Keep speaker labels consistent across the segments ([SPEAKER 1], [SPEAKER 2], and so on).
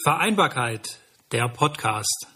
[SPEAKER 1] Vereinbarkeit, der Podcast.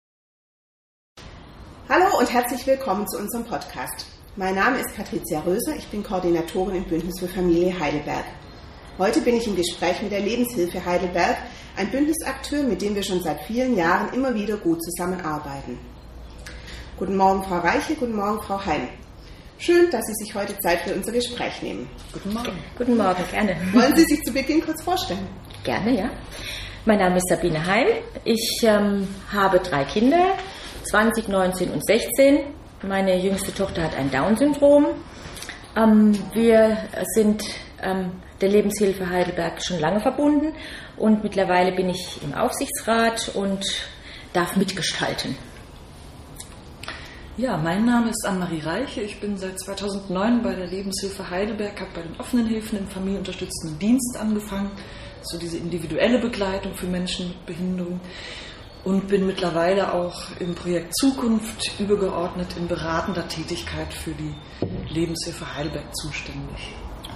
[SPEAKER 2] Hallo und herzlich willkommen zu unserem Podcast. Mein Name ist Patricia Röser, ich bin Koordinatorin im Bündnis für Familie Heidelberg. Heute bin ich im Gespräch mit der Lebenshilfe Heidelberg, ein Bündnisakteur, mit dem wir schon seit vielen Jahren immer wieder gut zusammenarbeiten. Guten Morgen, Frau Reiche, guten Morgen, Frau Heim. Schön, dass Sie sich heute Zeit für unser Gespräch nehmen.
[SPEAKER 3] Guten Morgen. Guten Morgen, gerne.
[SPEAKER 2] Wollen Sie sich zu Beginn kurz vorstellen?
[SPEAKER 3] Gerne, ja. Mein Name ist Sabine Heim. Ich habe 3 Kinder, 20, 19 und 16. Meine jüngste Tochter hat ein Down-Syndrom. Wir sind der Lebenshilfe Heidelberg schon lange verbunden und mittlerweile bin ich im Aufsichtsrat und darf mitgestalten.
[SPEAKER 4] Ja, mein Name ist Anne-Marie Reiche. Ich bin seit 2009 bei der Lebenshilfe Heidelberg, habe bei den offenen Hilfen im familienunterstützenden Dienst angefangen, so diese individuelle Begleitung für Menschen mit Behinderung, und bin mittlerweile auch im Projekt Zukunft übergeordnet in beratender Tätigkeit für die Lebenshilfe Heidelberg zuständig.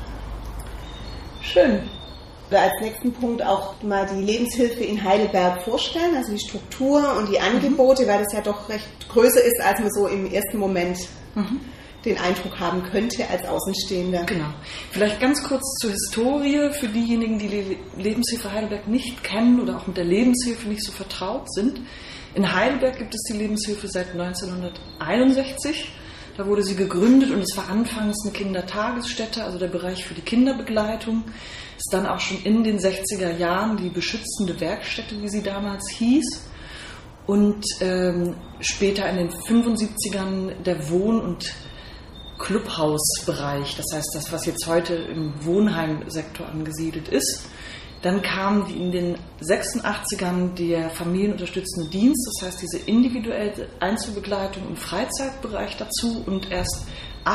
[SPEAKER 2] Schön. Als nächsten Punkt auch mal die Lebenshilfe in Heidelberg vorstellen, also die Struktur und die Angebote, weil das ja doch recht größer ist, als man so im ersten Moment den Eindruck haben könnte als Außenstehender.
[SPEAKER 4] Genau. Vielleicht ganz kurz zur Historie für diejenigen, die die Lebenshilfe Heidelberg nicht kennen oder auch mit der Lebenshilfe nicht so vertraut sind. In Heidelberg gibt es die Lebenshilfe seit 1961. Da wurde sie gegründet und es war anfangs eine Kindertagesstätte, also der Bereich für die Kinderbegleitung. Ist dann auch schon in den 60er Jahren die beschützende Werkstätte, wie sie damals hieß. Und später in den 75ern der Wohn- und Clubhausbereich, das heißt das, was jetzt heute im Wohnheimsektor angesiedelt ist. Dann kam in den 86ern der familienunterstützende Dienst, das heißt diese individuelle Einzelbegleitung im Freizeitbereich dazu und erst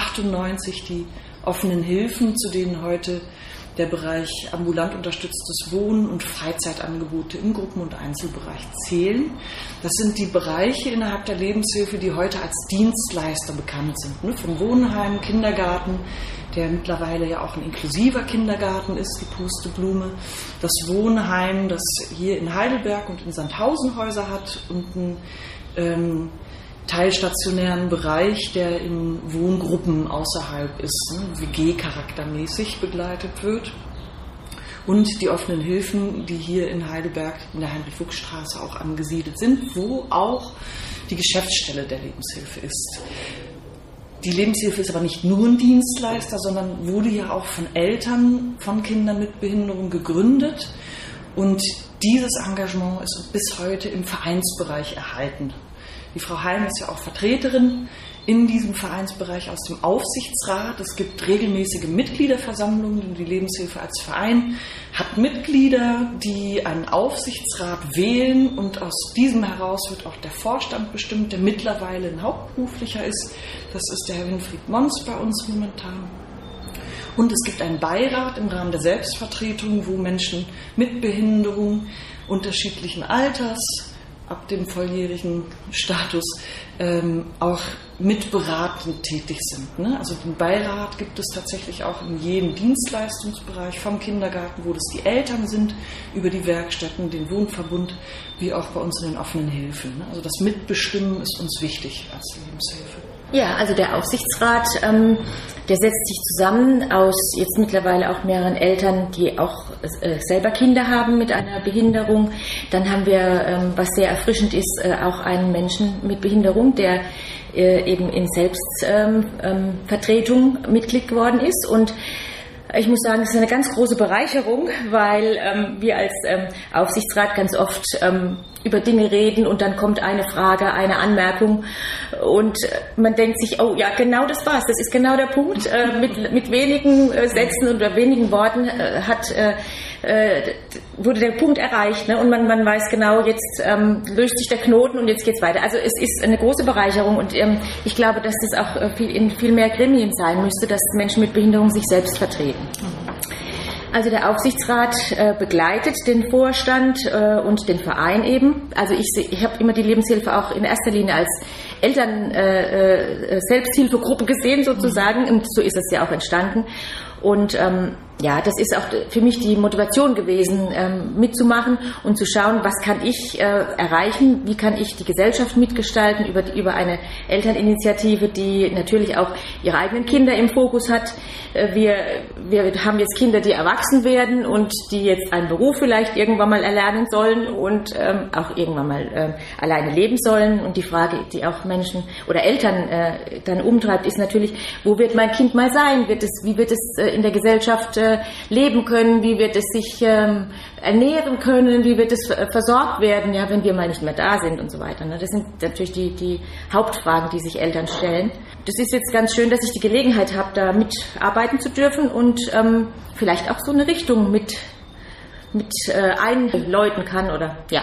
[SPEAKER 4] 98 die offenen Hilfen, zu denen heute der Bereich ambulant unterstütztes Wohnen und Freizeitangebote im Gruppen- und Einzelbereich zählen. Das sind die Bereiche innerhalb der Lebenshilfe, die heute als Dienstleister bekannt sind. Ne? Vom Wohnheim, Kindergarten, der mittlerweile ja auch ein inklusiver Kindergarten ist, die Pusteblume. Das Wohnheim, das hier in Heidelberg und in Sandhausen Häuser hat und einen teilstationären Bereich, der in Wohngruppen außerhalb ist, WG-charaktermäßig begleitet wird. Und die offenen Hilfen, die hier in Heidelberg in der Heinrich-Fuchs-Straße auch angesiedelt sind, wo auch die Geschäftsstelle der Lebenshilfe ist. Die Lebenshilfe ist aber nicht nur ein Dienstleister, sondern wurde ja auch von Eltern von Kindern mit Behinderung gegründet. Und dieses Engagement ist bis heute im Vereinsbereich erhalten. Die Frau Heim ist ja auch Vertreterin in diesem Vereinsbereich aus dem Aufsichtsrat. Es gibt regelmäßige Mitgliederversammlungen. Die Lebenshilfe als Verein hat Mitglieder, die einen Aufsichtsrat wählen, und aus diesem heraus wird auch der Vorstand bestimmt, der mittlerweile ein hauptberuflicher ist. Das ist der Herr Winfried Mons bei uns momentan. Und es gibt einen Beirat im Rahmen der Selbstvertretung, wo Menschen mit Behinderung unterschiedlichen Alters ab dem volljährigen Status auch mitberatend tätig sind. Ne? Also den Beirat gibt es tatsächlich auch in jedem Dienstleistungsbereich, vom Kindergarten, wo das die Eltern sind, über die Werkstätten, den Wohnverbund, wie auch bei uns in den offenen Hilfen. Ne? Also das Mitbestimmen ist uns wichtig als Lebenshilfe.
[SPEAKER 3] Ja, also der Aufsichtsrat, der setzt sich zusammen aus jetzt mittlerweile auch mehreren Eltern, die auch selber Kinder haben mit einer Behinderung. Dann haben wir, was sehr erfrischend ist, auch einen Menschen mit Behinderung, der eben in Selbstvertretung Mitglied geworden ist. Und ich muss sagen, es ist eine ganz große Bereicherung, weil wir als Aufsichtsrat ganz oft über Dinge reden und dann kommt eine Frage, eine Anmerkung und man denkt sich, oh ja, genau das war's, das ist genau der Punkt. Mit wenigen Sätzen oder wenigen Worten wurde der Punkt erreicht, ne? Und man weiß genau, jetzt löst sich der Knoten und jetzt geht's weiter. Also es ist eine große Bereicherung und ich glaube, dass das auch in viel mehr Gremien sein müsste, dass Menschen mit Behinderung sich selbst vertreten. Also der Aufsichtsrat begleitet den Vorstand und den Verein eben. Also ich habe immer die Lebenshilfe auch in erster Linie als Eltern Selbsthilfegruppe gesehen sozusagen und so ist es ja auch entstanden. Und das ist auch für mich die Motivation gewesen, mitzumachen und zu schauen, was kann ich erreichen, wie kann ich die Gesellschaft mitgestalten über eine Elterninitiative, die natürlich auch ihre eigenen Kinder im Fokus hat. Wir haben jetzt Kinder, die erwachsen werden und die jetzt einen Beruf vielleicht irgendwann mal erlernen sollen und auch irgendwann mal alleine leben sollen. Und die Frage, die auch Menschen oder Eltern dann umtreibt, ist natürlich, wo wird mein Kind mal sein? Wie wird es in der Gesellschaft leben können? Wie wird es sich ernähren können? Wie wird es versorgt werden, ja, wenn wir mal nicht mehr da sind und so weiter. Ne? Das sind natürlich die Hauptfragen, die sich Eltern stellen. Das ist jetzt ganz schön, dass ich die Gelegenheit habe, da mitarbeiten zu dürfen und vielleicht auch so eine Richtung mit einläuten kann oder ja.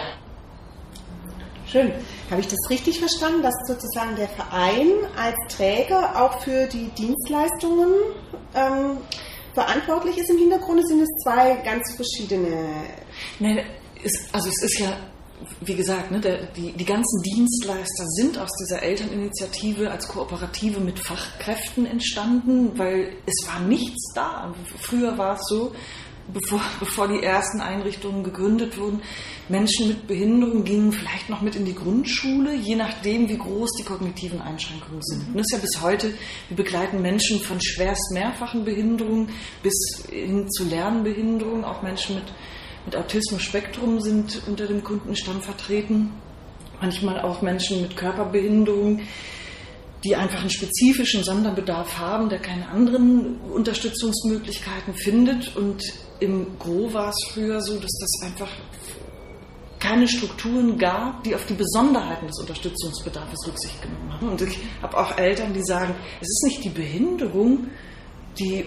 [SPEAKER 2] Schön. Habe ich das richtig verstanden, dass sozusagen der Verein als Träger auch für die Dienstleistungen verantwortlich ist im Hintergrund? Sind es zwei ganz verschiedene?
[SPEAKER 4] Nein, es ist ja, wie gesagt, ne, die ganzen Dienstleister sind aus dieser Elterninitiative als Kooperative mit Fachkräften entstanden, weil es war nichts da. Früher war es so, bevor die ersten Einrichtungen gegründet wurden, Menschen mit Behinderung gingen vielleicht noch mit in die Grundschule, je nachdem, wie groß die kognitiven Einschränkungen sind. Und das ist ja bis heute, wir begleiten Menschen von schwerst mehrfachen Behinderungen bis hin zu Lernbehinderungen. Auch Menschen mit Autismus-Spektrum sind unter dem Kundenstamm vertreten. Manchmal auch Menschen mit Körperbehinderung, die einfach einen spezifischen Sonderbedarf haben, der keine anderen Unterstützungsmöglichkeiten findet. Und im Gros war es früher so, dass das einfach keine Strukturen gab, die auf die Besonderheiten des Unterstützungsbedarfs Rücksicht genommen haben. Und ich habe auch Eltern, die sagen, es ist nicht die Behinderung, die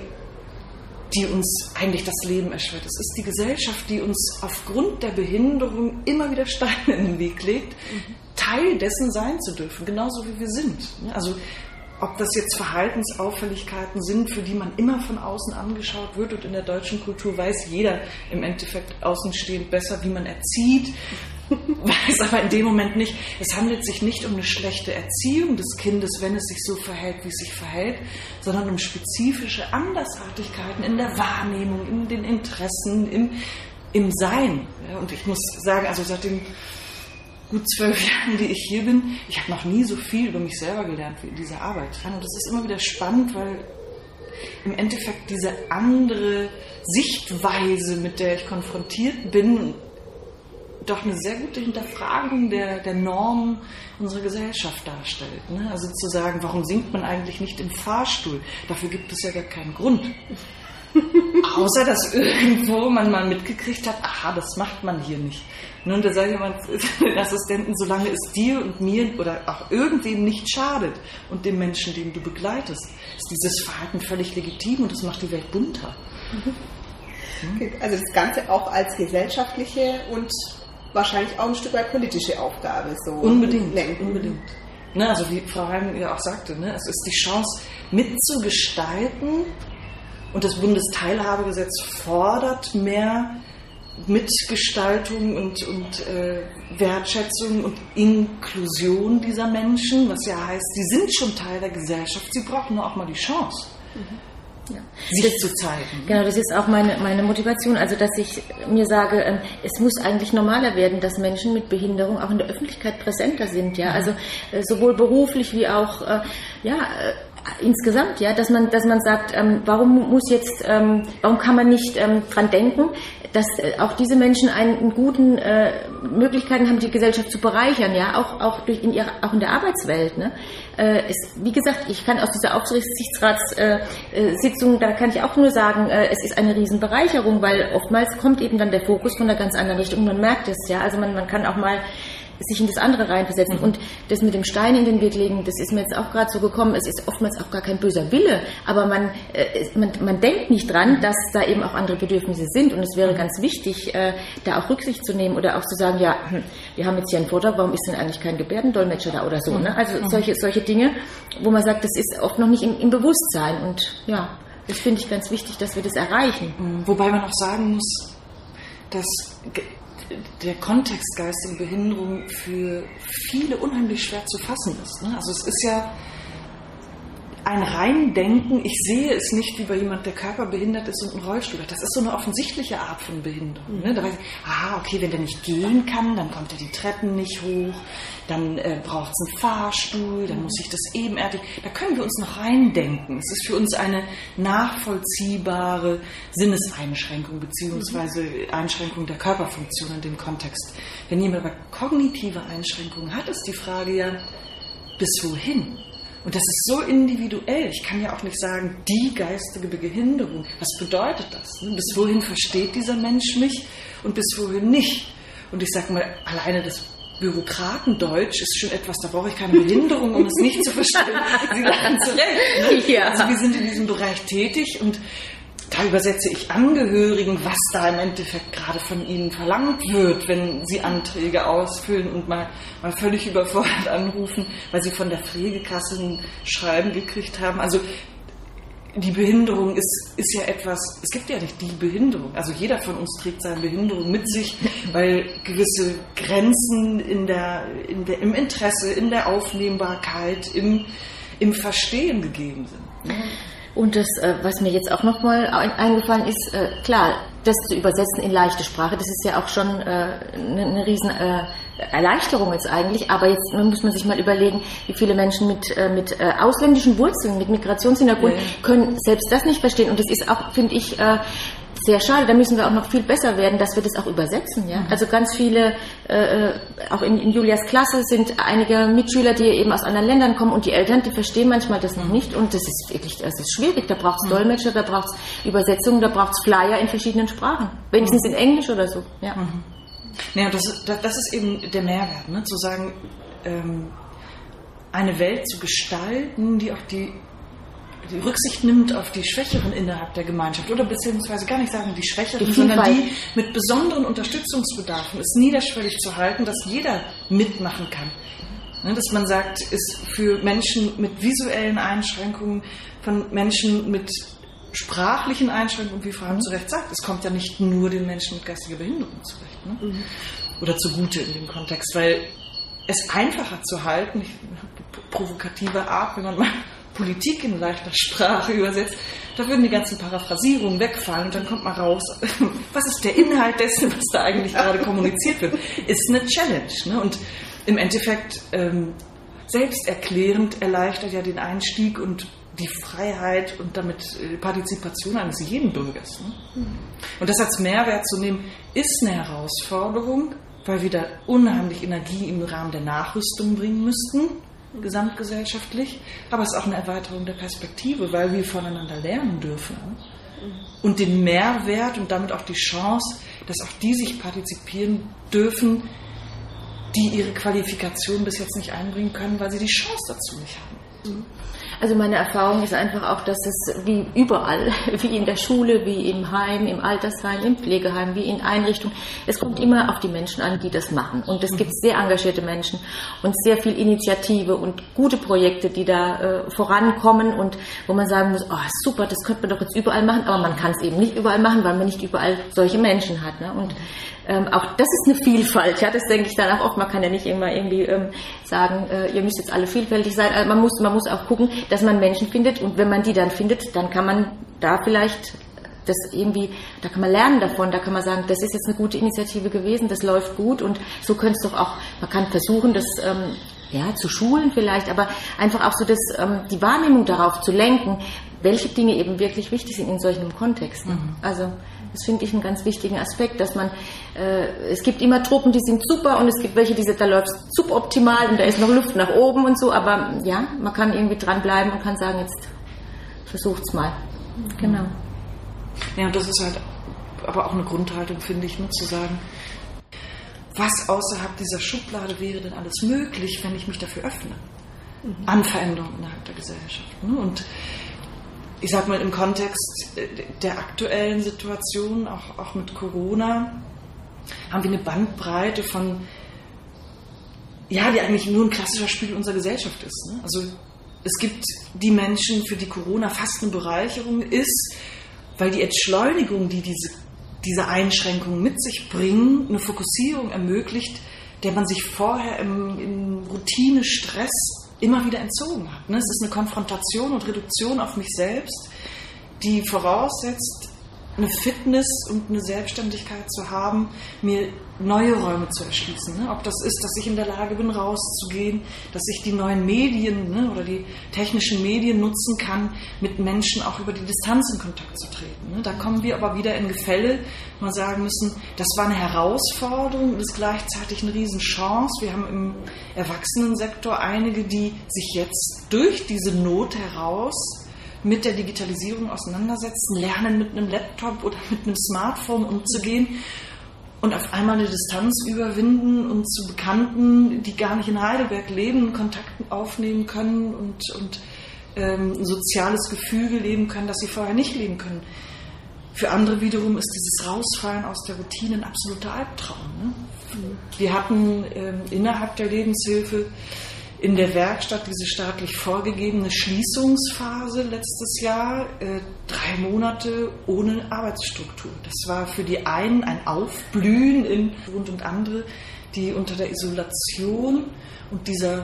[SPEAKER 4] uns eigentlich das Leben erschwert. Es ist die Gesellschaft, die uns aufgrund der Behinderung immer wieder Steine in den Weg legt, Teil dessen sein zu dürfen, genauso wie wir sind. Also ob das jetzt Verhaltensauffälligkeiten sind, für die man immer von außen angeschaut wird, und in der deutschen Kultur weiß jeder im Endeffekt außenstehend besser, wie man erzieht, weiß aber in dem Moment nicht, es handelt sich nicht um eine schlechte Erziehung des Kindes, wenn es sich so verhält, wie es sich verhält, sondern um spezifische Andersartigkeiten in der Wahrnehmung, in den Interessen, im Sein. Ja, und ich muss sagen, also seit den gut 12 Jahren, die ich hier bin, ich habe noch nie so viel über mich selber gelernt wie in dieser Arbeit. Und das ist immer wieder spannend, weil im Endeffekt diese andere Sichtweise, mit der ich konfrontiert bin, doch eine sehr gute Hinterfragung der Normen unserer Gesellschaft darstellt. Ne? Also zu sagen, warum singt man eigentlich nicht im Fahrstuhl? Dafür gibt es ja gar keinen Grund. Außer, dass irgendwo man mal mitgekriegt hat, aha, das macht man hier nicht. Nun, da sage ich mal den Assistenten, solange es dir und mir oder auch irgendwem nicht schadet und dem Menschen, den du begleitest, ist dieses Verhalten völlig legitim und das macht die Welt bunter.
[SPEAKER 2] Okay, also das Ganze auch als gesellschaftliche und wahrscheinlich auch ein Stück weit politische Aufgabe. So
[SPEAKER 4] unbedingt. Ne, also wie Frau Heim ja auch sagte, ne, es ist die Chance mitzugestalten, und das Bundesteilhabegesetz fordert mehr Mitgestaltung und Wertschätzung und Inklusion dieser Menschen, was ja heißt, sie sind schon Teil der Gesellschaft, sie brauchen nur auch mal die Chance. Sich zu zeigen.
[SPEAKER 3] Genau, das ist auch meine Motivation, also dass ich mir sage, es muss eigentlich normaler werden, dass Menschen mit Behinderung auch in der Öffentlichkeit präsenter sind, ja, also sowohl beruflich wie auch insgesamt, ja, dass man sagt, warum kann man nicht dran denken, dass auch diese Menschen einen guten Möglichkeiten haben, die Gesellschaft zu bereichern, ja, auch in der Arbeitswelt, ne? Wie gesagt, ich kann aus dieser Aufsichtsratssitzung, da kann ich auch nur sagen, es ist eine Riesenbereicherung, weil oftmals kommt eben dann der Fokus von einer ganz anderen Richtung und man merkt es, ja, also man kann auch mal sich in das andere reinversetzen. Und das mit dem Stein in den Weg legen, das ist mir jetzt auch gerade so gekommen, es ist oftmals auch gar kein böser Wille, aber man denkt nicht dran, dass da eben auch andere Bedürfnisse sind und es wäre ganz wichtig, da auch Rücksicht zu nehmen oder auch zu sagen, ja, wir haben jetzt hier einen Vortrag, warum ist denn eigentlich kein Gebärdendolmetscher da oder so, ne? Also solche Dinge, wo man sagt, das ist oft noch nicht im Bewusstsein und ja, das finde ich ganz wichtig, dass wir das erreichen.
[SPEAKER 4] Wobei man auch sagen muss, dass der Kontext geistige Behinderung für viele unheimlich schwer zu fassen ist. Ne? Also es ist ja ein Reindenken, ich sehe es nicht wie bei jemand, der körperbehindert ist und einen Rollstuhl hat. Das ist so eine offensichtliche Art von Behinderung. Ne? Da weiß ich, okay, wenn der nicht gehen kann, dann kommt er die Treppen nicht hoch, dann braucht es einen Fahrstuhl, dann muss ich das ebenerdig. Da können wir uns noch reindenken. Es ist für uns eine nachvollziehbare Sinneseinschränkung beziehungsweise Einschränkung der Körperfunktion in dem Kontext. Wenn jemand aber kognitive Einschränkungen hat, ist die Frage ja, bis wohin? Und das ist so individuell. Ich kann ja auch nicht sagen, die geistige Behinderung. Was bedeutet das? Bis wohin versteht dieser Mensch mich und bis wohin nicht? Und ich sage mal, alleine das Bürokratendeutsch ist schon etwas, da brauche ich keine Behinderung, um es nicht zu verstehen. Sie lachen zurecht. Ne? Ja. Also wir sind in diesem Bereich tätig und da übersetze ich Angehörigen, was da im Endeffekt gerade von ihnen verlangt wird, wenn sie Anträge ausfüllen und mal völlig überfordert anrufen, weil sie von der Pflegekasse ein Schreiben gekriegt haben. Also die Behinderung ist ja etwas, es gibt ja nicht die Behinderung. Also jeder von uns trägt seine Behinderung mit sich, weil gewisse Grenzen im Interesse, in der Aufnehmbarkeit, im Verstehen gegeben sind.
[SPEAKER 3] Und das, was mir jetzt auch nochmal eingefallen ist, klar, das zu übersetzen in leichte Sprache, das ist ja auch schon eine riesen Erleichterung jetzt eigentlich, aber jetzt muss man sich mal überlegen, wie viele Menschen mit ausländischen Wurzeln, mit Migrationshintergrund können selbst das nicht verstehen und das ist auch, finde ich, sehr schade, da müssen wir auch noch viel besser werden, dass wir das auch übersetzen. Ja? Also ganz viele, auch in Julias Klasse sind einige Mitschüler, die eben aus anderen Ländern kommen und die Eltern, die verstehen manchmal das noch nicht und das ist wirklich, das ist schwierig. Da braucht es Dolmetscher, da braucht es Übersetzungen, da braucht es Flyer in verschiedenen Sprachen, wenigstens in Englisch oder so. Ja,
[SPEAKER 4] ja das ist eben der Mehrwert, ne? Zu sagen, eine Welt zu gestalten, die auch die Rücksicht nimmt auf die Schwächeren innerhalb der Gemeinschaft oder beziehungsweise gar nicht sagen die Schwächeren, sondern die mit besonderen Unterstützungsbedarfen ist niederschwellig zu halten, dass jeder mitmachen kann. Ne, dass man sagt, ist für Menschen mit visuellen Einschränkungen, von Menschen mit sprachlichen Einschränkungen, wie Frau Ham zu Recht sagt, es kommt ja nicht nur den Menschen mit geistiger Behinderung zurecht. Ne? Oder zugute in dem Kontext, weil es einfacher zu halten, provokative Art, wenn man mal Politik in leichter Sprache übersetzt, da würden die ganzen Paraphrasierungen wegfallen und dann kommt mal raus, was ist der Inhalt dessen, was da eigentlich gerade kommuniziert wird. Ist eine Challenge. Ne? Und im Endeffekt selbsterklärend erleichtert ja den Einstieg und die Freiheit und damit Partizipation eines jeden Bürgers. Ne? Und das als Mehrwert zu nehmen, ist eine Herausforderung, weil wir da unheimlich Energie im Rahmen der Nachrüstung bringen müssten, gesamtgesellschaftlich, aber es ist auch eine Erweiterung der Perspektive, weil wir voneinander lernen dürfen. Und den Mehrwert und damit auch die Chance, dass auch die sich partizipieren dürfen, die ihre Qualifikation bis jetzt nicht einbringen können, weil sie die Chance dazu nicht haben.
[SPEAKER 3] Also meine Erfahrung ist einfach auch, dass es wie überall, wie in der Schule, wie im Heim, im Altersheim, im Pflegeheim, wie in Einrichtungen, es kommt immer auf die Menschen an, die das machen. Und es gibt sehr engagierte Menschen und sehr viel Initiative und gute Projekte, die da vorankommen und wo man sagen muss, oh super, das könnte man doch jetzt überall machen, aber man kann es eben nicht überall machen, weil man nicht überall solche Menschen hat. Ne? Und auch das ist eine Vielfalt, ja, das denke ich dann auch oft. Man kann ja nicht immer irgendwie sagen, ihr müsst jetzt alle vielfältig sein. Also man muss auch gucken, dass man Menschen findet und wenn man die dann findet, dann kann man da vielleicht das irgendwie, da kann man lernen davon, da kann man sagen, das ist jetzt eine gute Initiative gewesen, das läuft gut und so könnte es doch auch, man kann versuchen, das zu schulen vielleicht, aber einfach auch so die Wahrnehmung darauf zu lenken, welche Dinge eben wirklich wichtig sind in solchen Kontexten. Also das finde ich einen ganz wichtigen Aspekt, dass man, es gibt immer Truppen, die sind super und es gibt welche, da läuft es suboptimal und da ist noch Luft nach oben und so, aber ja, man kann irgendwie dranbleiben und kann sagen, jetzt versucht's mal. Genau.
[SPEAKER 4] Ja, und das ist halt aber auch eine Grundhaltung, finde ich, zu sagen, was außerhalb dieser Schublade wäre denn alles möglich, wenn ich mich dafür öffne? An Veränderungen innerhalb der Gesellschaft. Ne? Und ich sag mal, im Kontext der aktuellen Situation, auch mit Corona, haben wir eine Bandbreite von, ja, die eigentlich nur ein klassischer Spiegel unserer Gesellschaft ist. Ne? Also es gibt die Menschen, für die Corona fast eine Bereicherung ist, weil die Entschleunigung, die diese Einschränkungen mit sich bringen, eine Fokussierung ermöglicht, der man sich vorher im Routine-Stress immer wieder entzogen hat. Es ist eine Konfrontation und Reduktion auf mich selbst, die voraussetzt, eine Fitness und eine Selbstständigkeit zu haben, mir neue Räume zu erschließen. Ob das ist, dass ich in der Lage bin, rauszugehen, dass ich die neuen Medien oder die technischen Medien nutzen kann, mit Menschen auch über die Distanz in Kontakt zu treten. Da kommen wir aber wieder in Gefälle, wo wir sagen müssen, das war eine Herausforderung und ist gleichzeitig eine Riesenchance. Wir haben im Erwachsenensektor einige, die sich jetzt durch diese Not heraus mit der Digitalisierung auseinandersetzen, lernen mit einem Laptop oder mit einem Smartphone umzugehen und auf einmal eine Distanz überwinden und zu Bekannten, die gar nicht in Heidelberg leben, Kontakte aufnehmen können und ein soziales Gefüge leben können, das sie vorher nicht leben können. Für andere wiederum ist dieses Rausfallen aus der Routine ein absoluter Albtraum. Wir hatten innerhalb der Lebenshilfe in der Werkstatt diese staatlich vorgegebene Schließungsphase letztes Jahr, 3 Monate ohne Arbeitsstruktur. Das war für die einen ein Aufblühen und andere, die unter der Isolation und dieser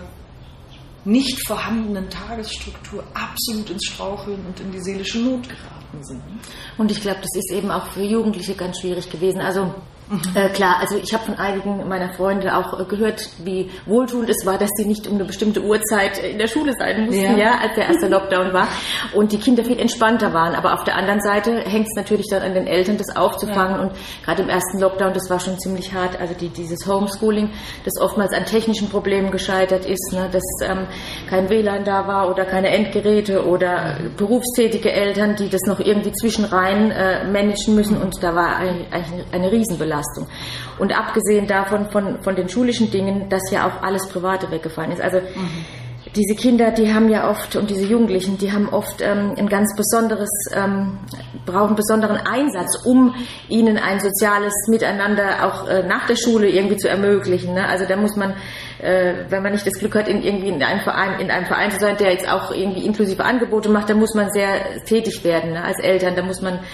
[SPEAKER 4] nicht vorhandenen Tagesstruktur absolut ins Straucheln und in die seelische Not geraten sind.
[SPEAKER 3] Und ich glaube, das ist eben auch für Jugendliche ganz schwierig gewesen. Also klar, also ich habe von einigen meiner Freunde auch gehört, wie wohltuend es war, dass sie nicht um eine bestimmte Uhrzeit in der Schule sein mussten, als der erste Lockdown war und die Kinder viel entspannter waren. Aber auf der anderen Seite hängt es natürlich dann an den Eltern, das aufzufangen. Und gerade im ersten Lockdown, das war schon ziemlich hart, also dieses Homeschooling, das oftmals an technischen Problemen gescheitert ist, dass kein WLAN da war oder keine Endgeräte oder berufstätige Eltern, die das noch irgendwie zwischenrein managen müssen, und da war eigentlich eine Riesenbelastung. Und abgesehen davon von den schulischen Dingen, dass ja auch alles Private weggefallen ist. Also diese Kinder, die haben ja oft, und diese Jugendlichen, die haben oft ein ganz besonderes, brauchen besonderen Einsatz, um ihnen ein soziales Miteinander auch nach der Schule irgendwie zu ermöglichen. Ne? Also da muss man, wenn man nicht das Glück hat, in einem Verein zu sein, der jetzt auch irgendwie inklusive Angebote macht, dann muss man sehr tätig werden, ne? Als Eltern. Da muss man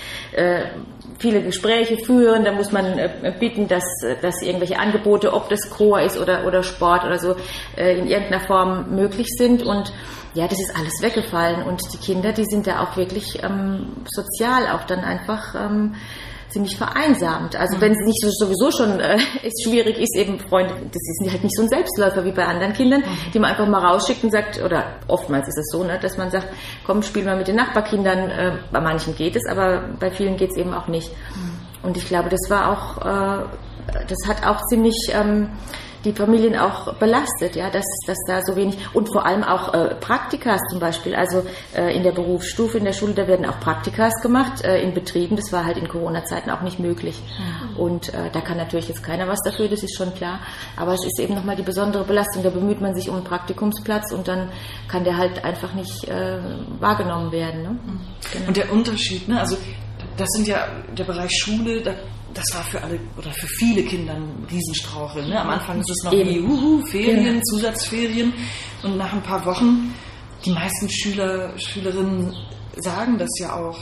[SPEAKER 3] viele Gespräche führen, da muss man bitten, dass irgendwelche Angebote, ob das Chor ist oder Sport oder so, in irgendeiner Form möglich sind. Und ja, das ist alles weggefallen. Und die Kinder, die sind da auch wirklich sozial auch dann einfach ziemlich vereinsamt. Also wenn es nicht sowieso schon schwierig ist, eben Freunde, das ist halt nicht so ein Selbstläufer wie bei anderen Kindern, die man einfach mal rausschickt und sagt, oder oftmals ist es so, ne, dass man sagt, komm, spiel mal mit den Nachbarkindern. Bei manchen geht es, aber bei vielen geht es eben auch nicht. Und ich glaube, das war auch, das hat auch ziemlich die Familien auch belastet, ja, dass da so wenig, und vor allem auch Praktikas zum Beispiel, also in der Berufsstufe, in der Schule, da werden auch Praktikas gemacht, in Betrieben, das war halt in Corona-Zeiten auch nicht möglich. Und da kann natürlich jetzt keiner was dafür, das ist schon klar, aber es ist eben nochmal die besondere Belastung, da bemüht man sich um einen Praktikumsplatz und dann kann der halt einfach nicht wahrgenommen werden. Ne? Genau.
[SPEAKER 4] Und der Unterschied, ne, also das sind ja der Bereich Schule, das war für alle oder für viele Kinder ein Riesenstraucheln. Ne? Am Anfang ist es noch wie Ferien, Zusatzferien, und nach ein paar Wochen, die meisten Schülerinnen sagen das ja auch,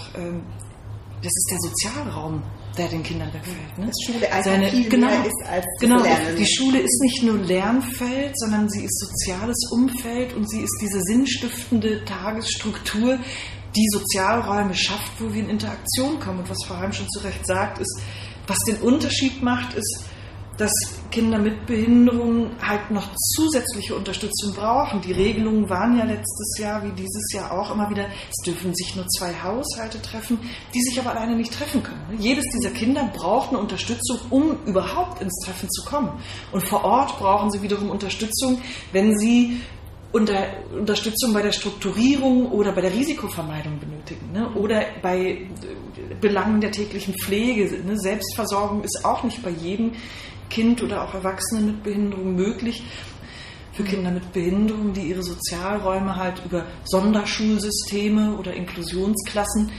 [SPEAKER 4] das ist der Sozialraum, der den Kindern wegfällt. Ne?
[SPEAKER 2] Dass Schule einfach viel mehr ist als das Lernen.
[SPEAKER 4] Die Schule ist nicht nur Lernfeld, sondern sie ist soziales Umfeld und sie ist diese sinnstiftende Tagesstruktur, die Sozialräume schafft, wo wir in Interaktion kommen. Und was Frau Heim schon zu Recht sagt, ist, was den Unterschied macht, ist, dass Kinder mit Behinderung halt noch zusätzliche Unterstützung brauchen. Die Regelungen waren ja letztes Jahr wie dieses Jahr auch immer wieder, es dürfen sich nur 2 Haushalte treffen, die sich aber alleine nicht treffen können. Jedes dieser Kinder braucht eine Unterstützung, um überhaupt ins Treffen zu kommen. Und vor Ort brauchen sie wiederum Unterstützung, wenn sie Unterstützung bei der Strukturierung oder bei der Risikovermeidung benötigen, ne? Oder bei Belangen der täglichen Pflege. Ne? Selbstversorgung ist auch nicht bei jedem Kind oder auch Erwachsenen mit Behinderung möglich. Für Kinder mit Behinderung, die ihre Sozialräume halt über Sonderschulsysteme oder Inklusionsklassen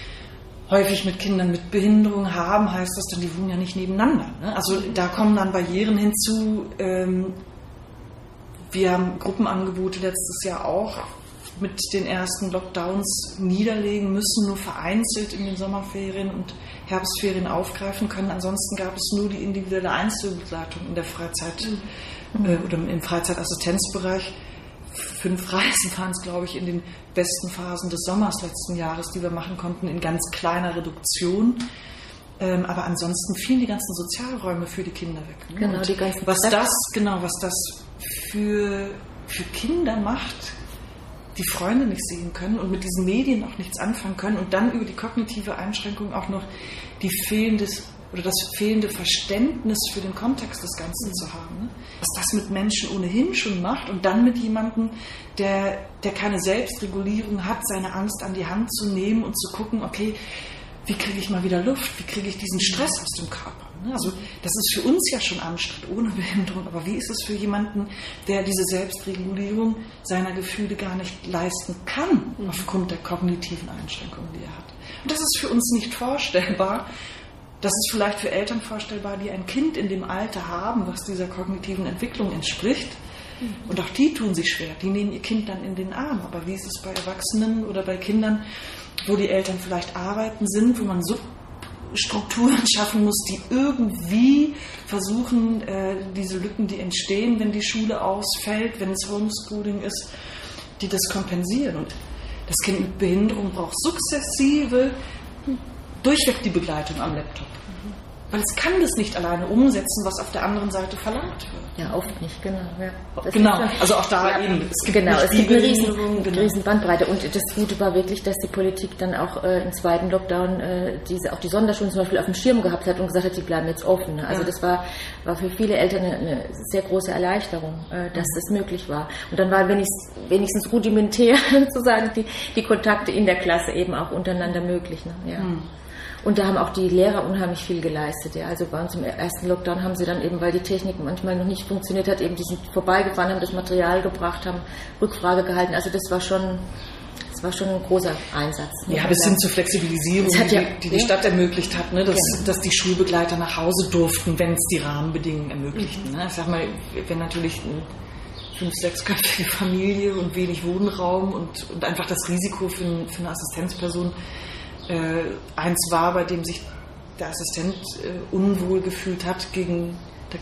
[SPEAKER 4] häufig mit Kindern mit Behinderung haben, heißt das dann, die wohnen ja nicht nebeneinander. Ne? Also da kommen dann Barrieren hinzu. Wir haben Gruppenangebote letztes Jahr auch mit den ersten Lockdowns niederlegen müssen, nur vereinzelt in den Sommerferien und Herbstferien aufgreifen können. Ansonsten gab es nur die individuelle Einzelbegleitung in der Freizeit oder im Freizeitassistenzbereich 5 Reisen waren es, glaube ich, in den besten Phasen des Sommers letzten Jahres, die wir machen konnten, in ganz kleiner Reduktion. Aber ansonsten fielen die ganzen Sozialräume für die Kinder weg. Ne?
[SPEAKER 3] Genau, die ganzen
[SPEAKER 4] was das für Kinder macht, die Freunde nicht sehen können und mit diesen Medien auch nichts anfangen können und dann über die kognitive Einschränkung auch noch das fehlende Verständnis für den Kontext des Ganzen zu haben. Ne? Was das mit Menschen ohnehin schon macht und dann mit jemandem, der keine Selbstregulierung hat, seine Angst an die Hand zu nehmen und zu gucken, okay, wie kriege ich mal wieder Luft, wie kriege ich diesen Stress aus dem Körper. Ne? Also das ist für uns ja schon anstrengend ohne Behinderung, aber wie ist es für jemanden, der diese Selbstregulierung seiner Gefühle gar nicht leisten kann, aufgrund der kognitiven Einschränkungen, die er hat. Und das ist für uns nicht vorstellbar. Das ist vielleicht für Eltern vorstellbar, die ein Kind in dem Alter haben, was dieser kognitiven Entwicklung entspricht. Und auch die tun sich schwer. Die nehmen ihr Kind dann in den Arm. Aber wie ist es bei Erwachsenen oder bei Kindern, wo die Eltern vielleicht arbeiten sind, wo man Substrukturen schaffen muss, die irgendwie versuchen, diese Lücken, die entstehen, wenn die Schule ausfällt, wenn es Homeschooling ist, die das kompensieren. Und das Kind mit Behinderung braucht sukzessive durchweg die Begleitung am Laptop. Weil es kann das nicht alleine umsetzen, was auf der anderen Seite verlangt wird.
[SPEAKER 3] Ja, oft nicht, genau. Ja.
[SPEAKER 4] Genau, also auch da eben.
[SPEAKER 3] Es gibt eine riesen Bandbreite. Und das Gute war wirklich, dass die Politik dann auch im zweiten Lockdown auch die Sonderschulen zum Beispiel auf dem Schirm gehabt hat und gesagt hat, die bleiben jetzt offen. Ne? Also das war für viele Eltern eine sehr große Erleichterung, dass das möglich war. Und dann war wenigstens rudimentär sozusagen die Kontakte in der Klasse eben auch untereinander möglich. Ne? Ja. Und da haben auch die Lehrer unheimlich viel geleistet. Ja. Also bei uns im ersten Lockdown haben sie dann eben, weil die Technik manchmal noch nicht funktioniert hat, eben die sind vorbeigefahren, haben das Material gebracht, haben Rückfrage gehalten. Also das war schon ein großer Einsatz.
[SPEAKER 4] Ja, bis hin zur Flexibilisierung, die Stadt ermöglicht hat, ne, dass die Schulbegleiter nach Hause durften, wenn es die Rahmenbedingungen ermöglichten. Ne. Ich sag mal, wenn natürlich eine 5-6-köpfige Familie und wenig Wohnraum und einfach das Risiko für eine Assistenzperson eins war, bei dem sich der Assistent unwohl gefühlt hat, dagegen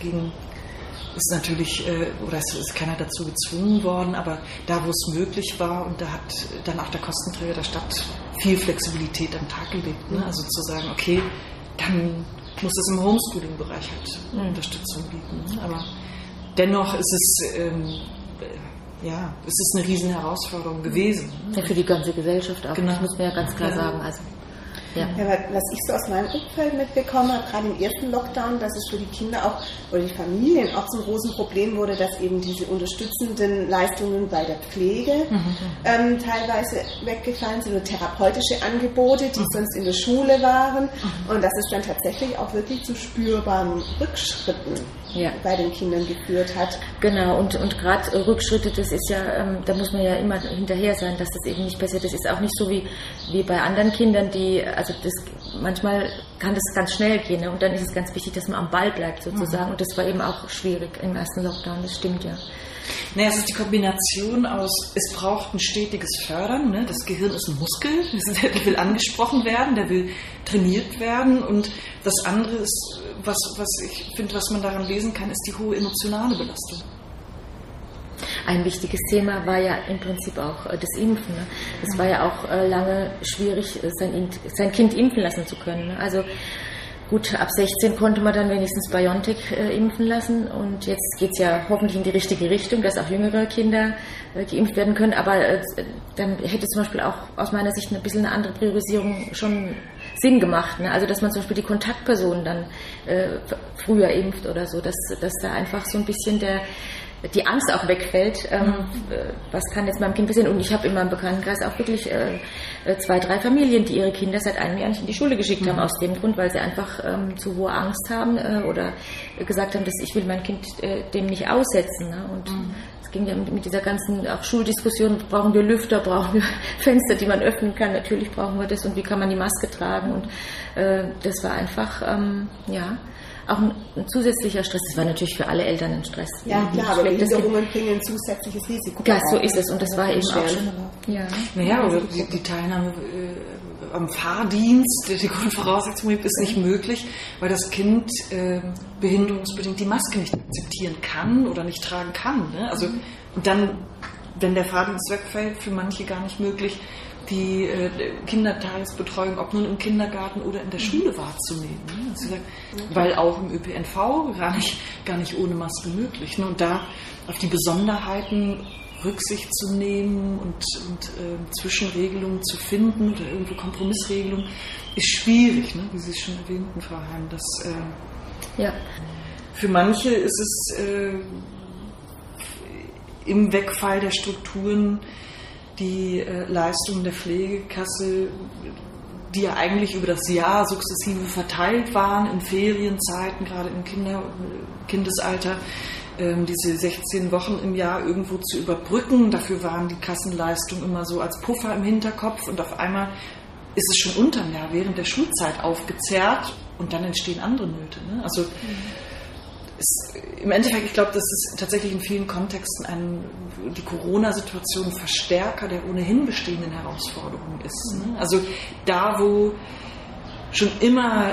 [SPEAKER 4] ist natürlich, oder es ist keiner dazu gezwungen worden, aber da, wo es möglich war, und da hat dann auch der Kostenträger der Stadt viel Flexibilität am Tag gelegt. Ne? Also zu sagen, okay, dann muss es im Homeschooling-Bereich halt Unterstützung bieten. Aber dennoch ist es eine riesen Herausforderung gewesen.
[SPEAKER 3] Ja, für die ganze Gesellschaft auch, das muss man ja ganz klar sagen. Also,
[SPEAKER 2] was ich so aus meinem Umfeld mitbekommen habe, gerade im ersten Lockdown, dass es für die Kinder auch oder die Familien auch zum großen Problem wurde, dass eben diese unterstützenden Leistungen bei der Pflege teilweise weggefallen sind, oder therapeutische Angebote, die sonst in der Schule waren, und dass es dann tatsächlich auch wirklich zu spürbaren Rückschritten bei den Kindern geführt hat.
[SPEAKER 3] Genau, und gerade Rückschritte, das ist ja, da muss man ja immer hinterher sein, dass das eben nicht passiert. Das ist auch nicht so wie bei anderen Kindern, manchmal kann das ganz schnell gehen, ne? Und dann ist es ganz wichtig, dass man am Ball bleibt sozusagen. Und das war eben auch schwierig im ersten Lockdown, das stimmt ja.
[SPEAKER 4] Naja, es ist die Kombination aus, es braucht ein stetiges Fördern, ne? Das Gehirn ist ein Muskel, der will angesprochen werden, der will trainiert werden, und das andere ist, was ich finde, was man daran lesen kann, ist die hohe emotionale Belastung.
[SPEAKER 3] Ein wichtiges Thema war ja im Prinzip auch das Impfen. Ne? Es war ja auch lange schwierig, sein Kind impfen lassen zu können. Ne? Also gut, ab 16 konnte man dann wenigstens BioNTech impfen lassen, und jetzt geht es ja hoffentlich in die richtige Richtung, dass auch jüngere Kinder geimpft werden können, aber dann hätte zum Beispiel auch aus meiner Sicht ein bisschen eine andere Priorisierung schon Sinn gemacht. Ne? Also dass man zum Beispiel die Kontaktpersonen dann früher impft oder so, dass da einfach so ein bisschen die Angst auch wegfällt, was kann jetzt meinem Kind passieren. Und ich habe in meinem Bekanntenkreis auch wirklich 2, 3 Familien, die ihre Kinder seit einem Jahr nicht in die Schule geschickt haben, aus dem Grund, weil sie einfach zu hohe Angst haben oder gesagt haben, dass ich will mein Kind dem nicht aussetzen. Ne? Und es ging ja mit dieser ganzen auch Schuldiskussion, brauchen wir Lüfter, brauchen wir Fenster, die man öffnen kann, natürlich brauchen wir das, und wie kann man die Maske tragen, und das war einfach, auch ein zusätzlicher Stress. Das war natürlich für alle Eltern ein Stress.
[SPEAKER 2] Ja, klar, aber Behinderungen bringen ein zusätzliches Risiko.
[SPEAKER 3] Ja, so ist es, und das war eben auch schon.
[SPEAKER 4] Ja. Naja, oder die Teilnahme am Fahrdienst, die Grundvoraussetzung ist nicht möglich, weil das Kind behinderungsbedingt die Maske nicht akzeptieren kann oder nicht tragen kann. Ne? Also, und dann wenn der Fahrdienst wegfällt, für manche gar nicht möglich, die Kindertagesbetreuung, ob nun im Kindergarten oder in der Schule wahrzunehmen. Ne? Also, weil auch im ÖPNV gar nicht ohne Maske möglich. Ne? Und da auf die Besonderheiten Rücksicht zu nehmen und Zwischenregelungen zu finden oder irgendwo Kompromissregelungen, ist schwierig, ne? Wie Sie es schon erwähnten, Frau Heim. Für manche ist es im Wegfall der Strukturen die Leistungen der Pflegekasse, die ja eigentlich über das Jahr sukzessive verteilt waren, in Ferienzeiten, gerade im Kindesalter, diese 16 Wochen im Jahr irgendwo zu überbrücken. Dafür waren die Kassenleistungen immer so als Puffer im Hinterkopf und auf einmal ist es schon unterm Jahr während der Schulzeit aufgezerrt und dann entstehen andere Nöte. Ne? Also im Endeffekt, ich glaube, dass es tatsächlich in vielen Kontexten die Corona-Situation Verstärker der ohnehin bestehenden Herausforderungen ist. Ne? Also da, wo schon immer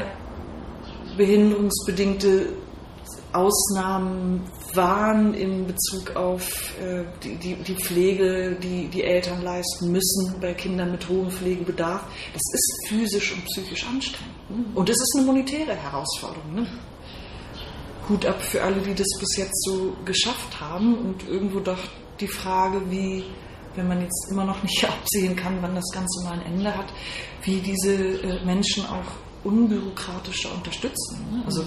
[SPEAKER 4] behinderungsbedingte Ausnahmen waren in Bezug auf die Pflege, die Eltern leisten müssen bei Kindern mit hohem Pflegebedarf, das ist physisch und psychisch anstrengend. Ne? Und es ist eine monetäre Herausforderung. Ne? Hut ab für alle, die das bis jetzt so geschafft haben und irgendwo doch die Frage, wie, wenn man jetzt immer noch nicht absehen kann, wann das Ganze mal ein Ende hat, wie diese Menschen auch unbürokratischer unterstützen. Ne? Also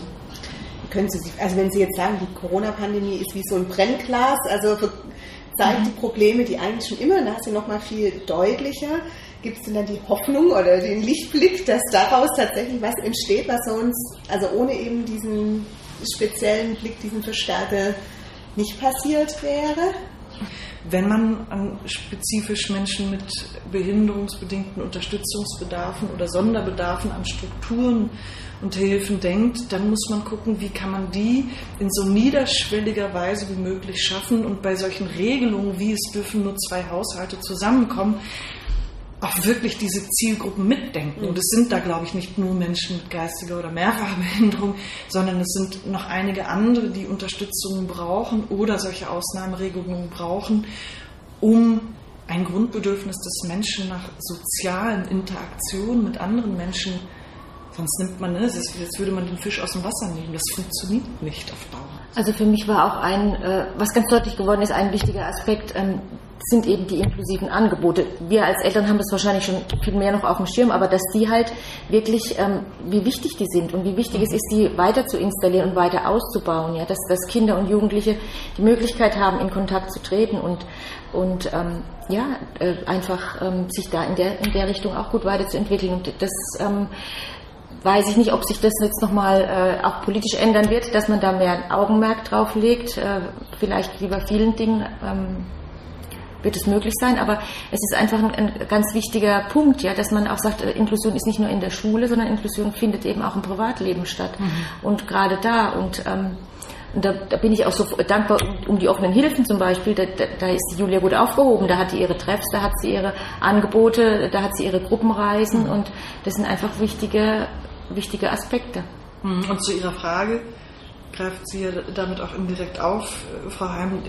[SPEAKER 2] wenn Sie jetzt sagen, die Corona-Pandemie ist wie so ein Brennglas, also zeigt die Probleme, die eigentlich schon immer da sind, noch mal viel deutlicher. Gibt es denn dann die Hoffnung oder den Lichtblick, dass daraus tatsächlich was entsteht, was uns, also ohne eben diesen speziellen Blick, diesen Verstärker nicht passiert wäre?
[SPEAKER 4] Wenn man an spezifisch Menschen mit behinderungsbedingten Unterstützungsbedarfen oder Sonderbedarfen an Strukturen und Hilfen denkt, dann muss man gucken, wie kann man die in so niederschwelliger Weise wie möglich schaffen und bei solchen Regelungen, wie es dürfen nur 2 Haushalte zusammenkommen, auch wirklich diese Zielgruppen mitdenken. Und es sind da, glaube ich, nicht nur Menschen mit geistiger oder mehrfacher Behinderung, sondern es sind noch einige andere, die Unterstützung brauchen oder solche Ausnahmeregelungen brauchen, um ein Grundbedürfnis des Menschen nach sozialen Interaktionen mit anderen Menschen, sonst nimmt man, jetzt würde man den Fisch aus dem Wasser nehmen. Das funktioniert nicht auf Dauer.
[SPEAKER 3] Also für mich war auch was ganz deutlich geworden ist, ein wichtiger Aspekt, sind eben die inklusiven Angebote. Wir als Eltern haben das wahrscheinlich schon viel mehr noch auf dem Schirm, aber dass die halt wirklich, wie wichtig die sind und wie wichtig es ist, die weiter zu installieren und weiter auszubauen, ja, dass Kinder und Jugendliche die Möglichkeit haben, in Kontakt zu treten und einfach sich da in der Richtung auch gut weiterzuentwickeln. Und das weiß ich nicht, ob sich das jetzt nochmal auch politisch ändern wird, dass man da mehr ein Augenmerk drauf legt, vielleicht wie bei vielen Dingen wird es möglich sein, aber es ist einfach ein ganz wichtiger Punkt, ja, dass man auch sagt, Inklusion ist nicht nur in der Schule, sondern Inklusion findet eben auch im Privatleben statt. Und gerade da, und da bin ich auch so dankbar um die offenen Hilfen zum Beispiel, da ist die Julia gut aufgehoben, da hat sie ihre Treffs, da hat sie ihre Angebote, da hat sie ihre Gruppenreisen und das sind einfach wichtige Aspekte.
[SPEAKER 4] Und zu Ihrer Frage greift sie ja damit auch indirekt auf, Frau Heim,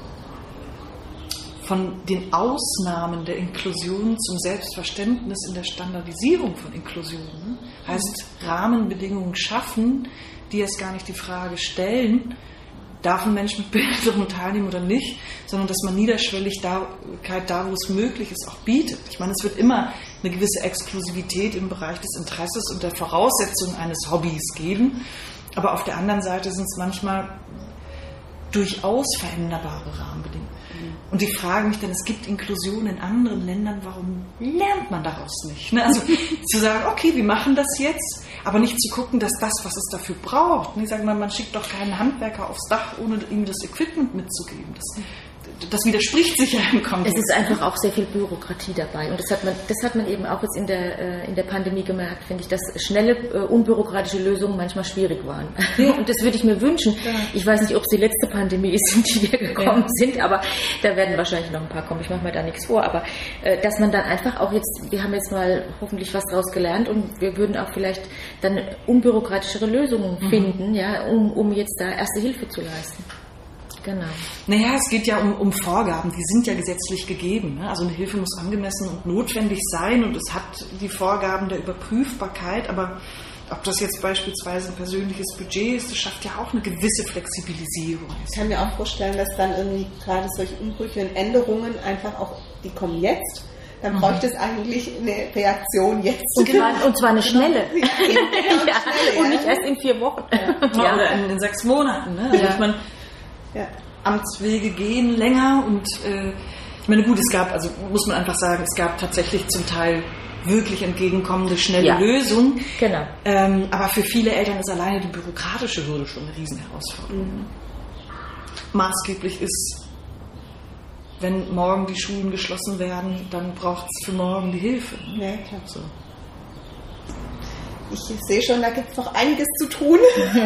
[SPEAKER 4] von den Ausnahmen der Inklusion zum Selbstverständnis in der Standardisierung von Inklusion. Heißt, Rahmenbedingungen schaffen, die jetzt gar nicht die Frage stellen, darf ein Mensch mit Behinderung teilnehmen oder nicht, sondern dass man Niederschwelligkeit da, wo es möglich ist, auch bietet. Ich meine, es wird immer eine gewisse Exklusivität im Bereich des Interesses und der Voraussetzung eines Hobbys geben, aber auf der anderen Seite sind es manchmal durchaus veränderbare Rahmenbedingungen. Und ich frage mich dann, es gibt Inklusion in anderen Ländern, warum lernt man daraus nicht? Ne? Also zu sagen, okay, wir machen das jetzt, aber nicht zu gucken, dass das, was es dafür braucht, ich sage mal, man schickt doch keinen Handwerker aufs Dach, ohne ihm das Equipment mitzugeben. Das widerspricht sich ja im Kontext. Es
[SPEAKER 3] ist einfach auch sehr viel Bürokratie dabei. Und das hat man eben auch jetzt in der Pandemie gemerkt, finde ich, dass schnelle, unbürokratische Lösungen manchmal schwierig waren. Ja. Und das würde ich mir wünschen. Ja. Ich weiß nicht, ob es die letzte Pandemie ist, in die wir gekommen sind, aber da werden wahrscheinlich noch ein paar kommen. Ich mache mir da nichts vor. Aber dass man dann einfach auch wir haben jetzt mal hoffentlich was daraus gelernt und wir würden auch vielleicht dann unbürokratischere Lösungen finden, ja, um jetzt da erste Hilfe zu leisten. Genau.
[SPEAKER 4] Naja, es geht ja um Vorgaben, die sind ja gesetzlich gegeben. Ne? Also eine Hilfe muss angemessen und notwendig sein und es hat die Vorgaben der Überprüfbarkeit, aber ob das jetzt beispielsweise ein persönliches Budget ist, das schafft ja auch eine gewisse Flexibilisierung.
[SPEAKER 2] Ich kann mir auch vorstellen, dass dann irgendwie gerade solche Umbrüche und Änderungen einfach auch, die kommen jetzt, dann bräuchte es eigentlich eine Reaktion jetzt.
[SPEAKER 3] Und zwar eine schnelle.
[SPEAKER 2] Ja,
[SPEAKER 3] und nicht erst in 4 Wochen.
[SPEAKER 4] Ja. Oder in 6 Monaten. Ne? Also ich meine, Amtswege gehen länger und ich meine, gut, es gab, also muss man einfach sagen, es gab tatsächlich zum Teil wirklich entgegenkommende, schnelle Lösungen.
[SPEAKER 3] Genau.
[SPEAKER 4] Aber für viele Eltern ist alleine die bürokratische Hürde schon eine Riesenherausforderung. Maßgeblich ist, wenn morgen die Schulen geschlossen werden, dann braucht es für morgen die Hilfe.
[SPEAKER 2] Ja, klar. So. Ich sehe schon, da gibt es noch einiges zu tun.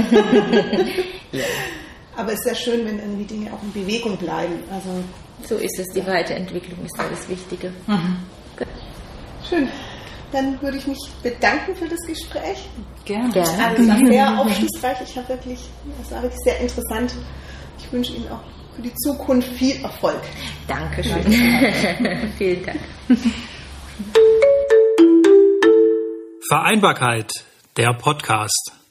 [SPEAKER 2] Aber es ist ja schön, wenn irgendwie Dinge auch in Bewegung bleiben. Also
[SPEAKER 3] so ist es, die Weiterentwicklung ist da das Wichtige.
[SPEAKER 2] Schön. Dann würde ich mich bedanken für das Gespräch.
[SPEAKER 4] Gerne.
[SPEAKER 2] Also es war sehr aufschlussreich. Es war wirklich sehr interessant. Ich wünsche Ihnen auch für die Zukunft viel Erfolg.
[SPEAKER 3] Dankeschön. Vielen Dank.
[SPEAKER 1] Vereinbarkeit, der Podcast.